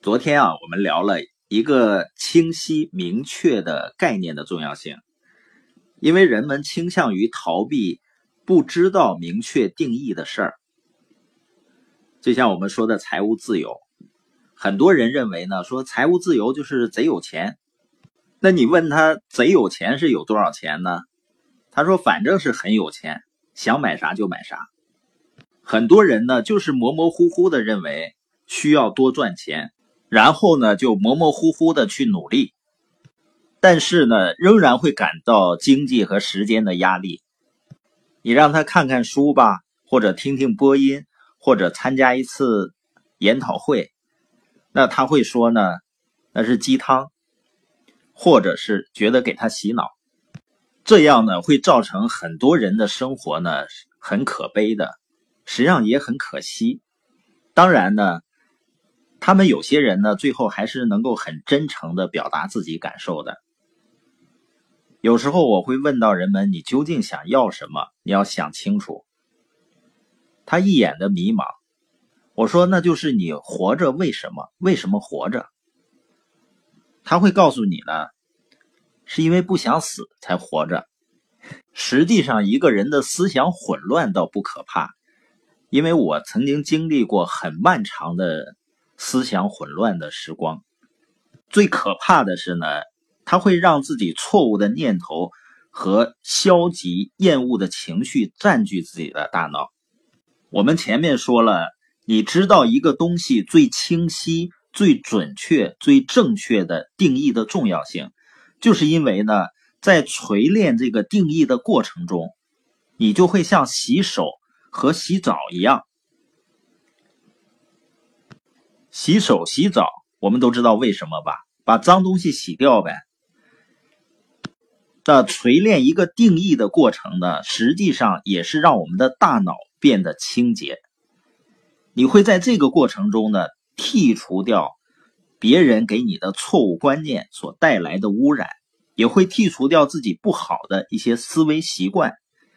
昨天我们聊了一个清晰明确的概念的重要性，因为人们倾向于逃避不知道明确定义的事儿。就像我们说的财务自由，很多人认为呢，说财务自由就是贼有钱。那你问他贼有钱是有多少钱呢？他说反正是很有钱，想买啥就买啥。很多人呢就是模模糊糊的认为需要多赚钱，然后呢就模模糊糊的去努力，但是呢仍然会感到经济和时间的压力。你让他看看书吧，或者听听播音，或者参加一次研讨会，那他会说呢那是鸡汤，或者是觉得给他洗脑。这样呢会造成很多人的生活呢很可悲的，实际上也很可惜。当然呢他们有些人呢最后还是能够很真诚的表达自己感受的。有时候我会问到人们，你究竟想要什么？你要想清楚。他一眼的迷茫。我说那就是你活着为什么？为什么活着？他会告诉你呢，是因为不想死才活着。实际上一个人的思想混乱倒不可怕，因为我曾经经历过很漫长的思想混乱的时光。最可怕的是呢，他会让自己错误的念头和消极厌恶的情绪占据自己的大脑。我们前面说了，你知道一个东西最清晰、最准确、最正确的定义的重要性，就是因为呢，在锤炼这个定义的过程中，你就会像洗手和洗澡一样。洗手洗澡我们都知道为什么吧，把脏东西洗掉呗。那锤炼一个定义的过程呢，实际上也是让我们的大脑变得清洁。你会在这个过程中呢，剔除掉别人给你的错误观念所带来的污染，也会剔除掉自己不好的一些思维习惯。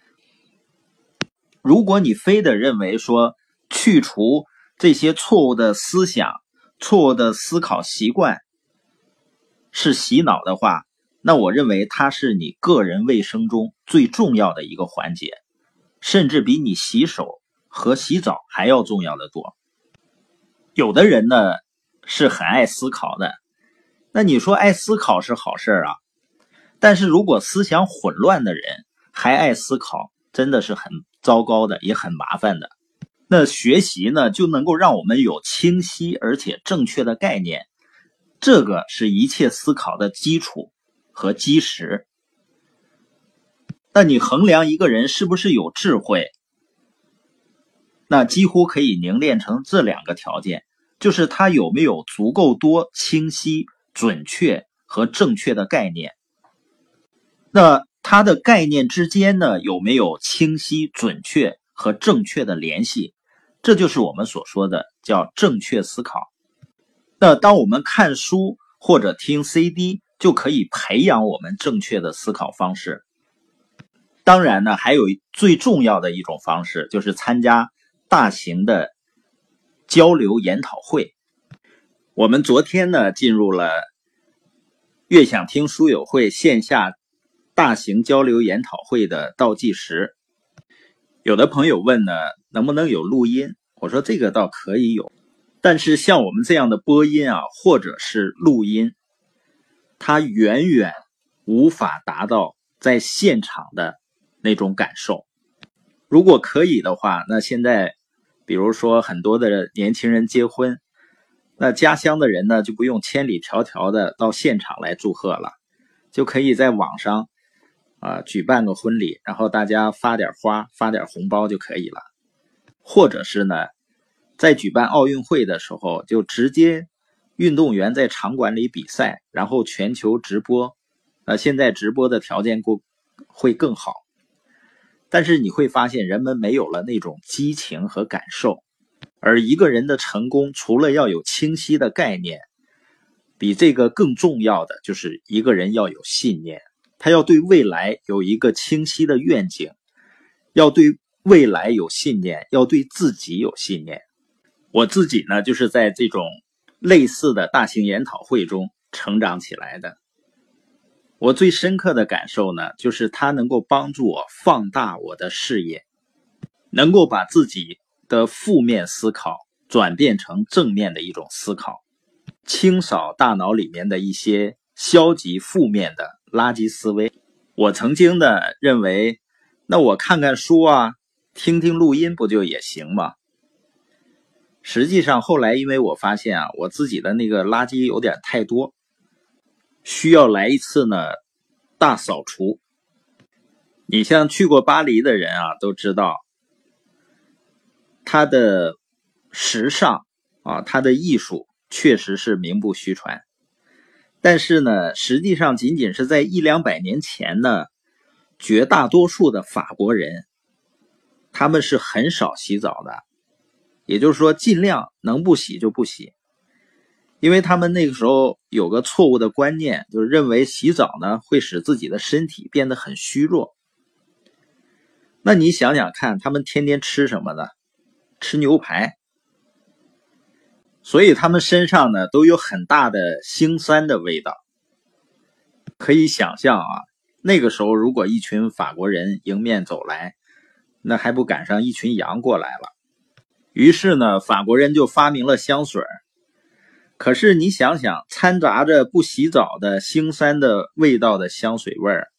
如果你非得认为说去除这些错误的思想、错误的思考习惯是洗脑的话，那我认为它是你个人卫生中最重要的一个环节，甚至比你洗手和洗澡还要重要的多。有的人呢是很爱思考的，那你说爱思考是好事啊，但是如果思想混乱的人还爱思考，真的是很糟糕的，也很麻烦的。那学习呢就能够让我们有清晰而且正确的概念，这个是一切思考的基础和基石。那你衡量一个人是不是有智慧，那几乎可以凝练成这两个条件，就是他有没有足够多清晰、准确和正确的概念。那他的概念之间呢，有没有清晰、准确和正确的联系？这就是我们所说的叫正确思考。那当我们看书或者听 CD， 就可以培养我们正确的思考方式。当然呢，还有最重要的一种方式，就是参加大型的交流研讨会。我们昨天呢进入了悦享听书友会线下大型交流研讨会的倒计时。有的朋友问呢，能不能有录音？我说这个倒可以有，但是像我们这样的播音或者是录音，它远远无法达到在现场的那种感受。如果可以的话，那现在比如说很多的年轻人结婚，那家乡的人呢就不用千里迢迢的到现场来祝贺了，就可以在网上举办个婚礼，然后大家发点花发点红包就可以了。或者是呢在举办奥运会的时候，就直接运动员在场馆里比赛，然后全球直播。现在直播的条件会更好，但是你会发现人们没有了那种激情和感受。而一个人的成功，除了要有清晰的概念，比这个更重要的就是一个人要有信念，他要对未来有一个清晰的愿景，要对未来有信念，要对自己有信念。我自己呢就是在这种类似的大型研讨会中成长起来的。我最深刻的感受呢，就是它能够帮助我放大我的视野，能够把自己的负面思考转变成正面的一种思考，清扫大脑里面的一些消极负面的垃圾思维。我曾经呢认为，那我看看书啊，听听录音不就也行吗？实际上后来因为我发现啊，我自己的那个垃圾有点太多，需要来一次呢大扫除。你像去过巴黎的人啊，都知道它的时尚啊，它的艺术确实是名不虚传。但是呢，实际上仅仅是在100-200年前呢，绝大多数的法国人他们是很少洗澡的，也就是说尽量能不洗就不洗。因为他们那个时候有个错误的观念，就是认为洗澡呢会使自己的身体变得很虚弱。那你想想看，他们天天吃什么呢？吃牛排。所以他们身上呢都有很大的腥膻的味道。可以想象啊，那个时候如果一群法国人迎面走来，那还不赶上一群羊过来了。于是呢，法国人就发明了香水。可是你想想，掺杂着不洗澡的腥膻的味道的香水味儿，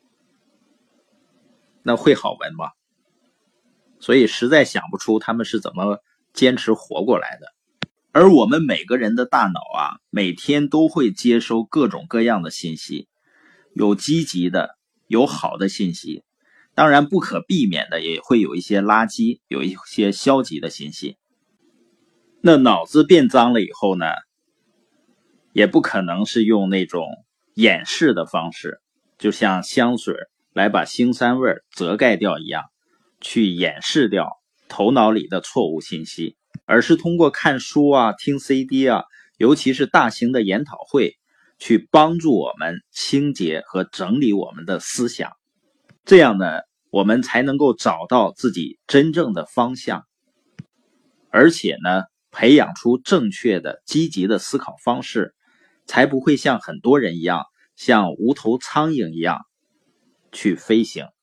那会好闻吗？所以实在想不出他们是怎么坚持活过来的。而我们每个人的大脑啊，每天都会接收各种各样的信息，有积极的，有好的信息，当然不可避免的也会有一些垃圾，有一些消极的信息。那脑子变脏了以后呢，也不可能是用那种掩饰的方式，就像香水来把腥膻味遮盖掉一样，去掩饰掉头脑里的错误信息，而是通过看书啊、听 CD 啊，尤其是大型的研讨会，去帮助我们清洁和整理我们的思想。这样呢，我们才能够找到自己真正的方向，而且呢，培养出正确的积极的思考方式，才不会像很多人一样，像无头苍蝇一样去飞行。